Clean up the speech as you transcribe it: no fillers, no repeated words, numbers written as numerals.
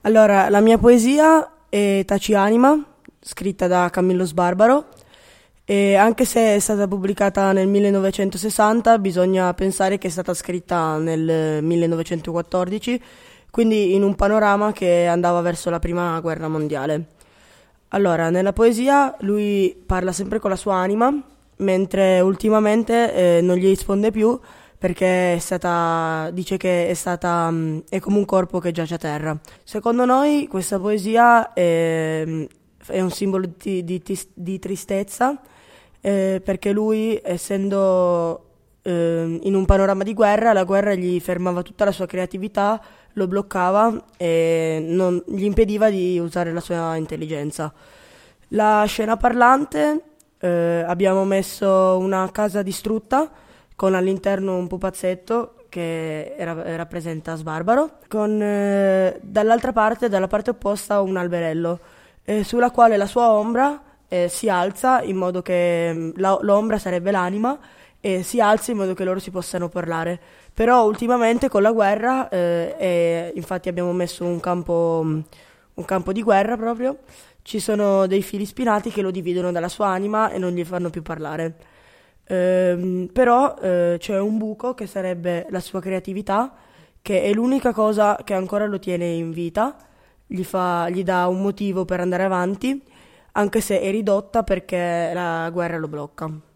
Allora, la mia poesia è Taci Anima, scritta da Camillo Sbarbaro, e anche se è stata pubblicata nel 1960, bisogna pensare che è stata scritta nel 1914, quindi in un panorama che andava verso la prima guerra mondiale. Allora, nella poesia lui parla sempre con la sua anima, mentre ultimamente non gli risponde più perché dice che è come un corpo che giace a terra. Secondo noi questa poesia è un simbolo di tristezza, perché lui, essendo in un panorama di guerra, la guerra gli fermava tutta la sua creatività, lo bloccava e gli impediva di usare la sua intelligenza. La scena parlante, abbiamo messo una casa distrutta con all'interno un pupazzetto che rappresenta Sbarbaro, con dall'altra parte, dalla parte opposta, un alberello sulla quale la sua ombra si alza in modo che l'ombra sarebbe l'anima e si alza in modo che loro si possano parlare. Però ultimamente con la guerra, e infatti abbiamo messo un campo di guerra proprio, ci sono dei fili spinati che lo dividono dalla sua anima e non gli fanno più parlare. Però c'è un buco che sarebbe la sua creatività, che è l'unica cosa che ancora lo tiene in vita, gli dà un motivo per andare avanti, anche se è ridotta perché la guerra lo blocca.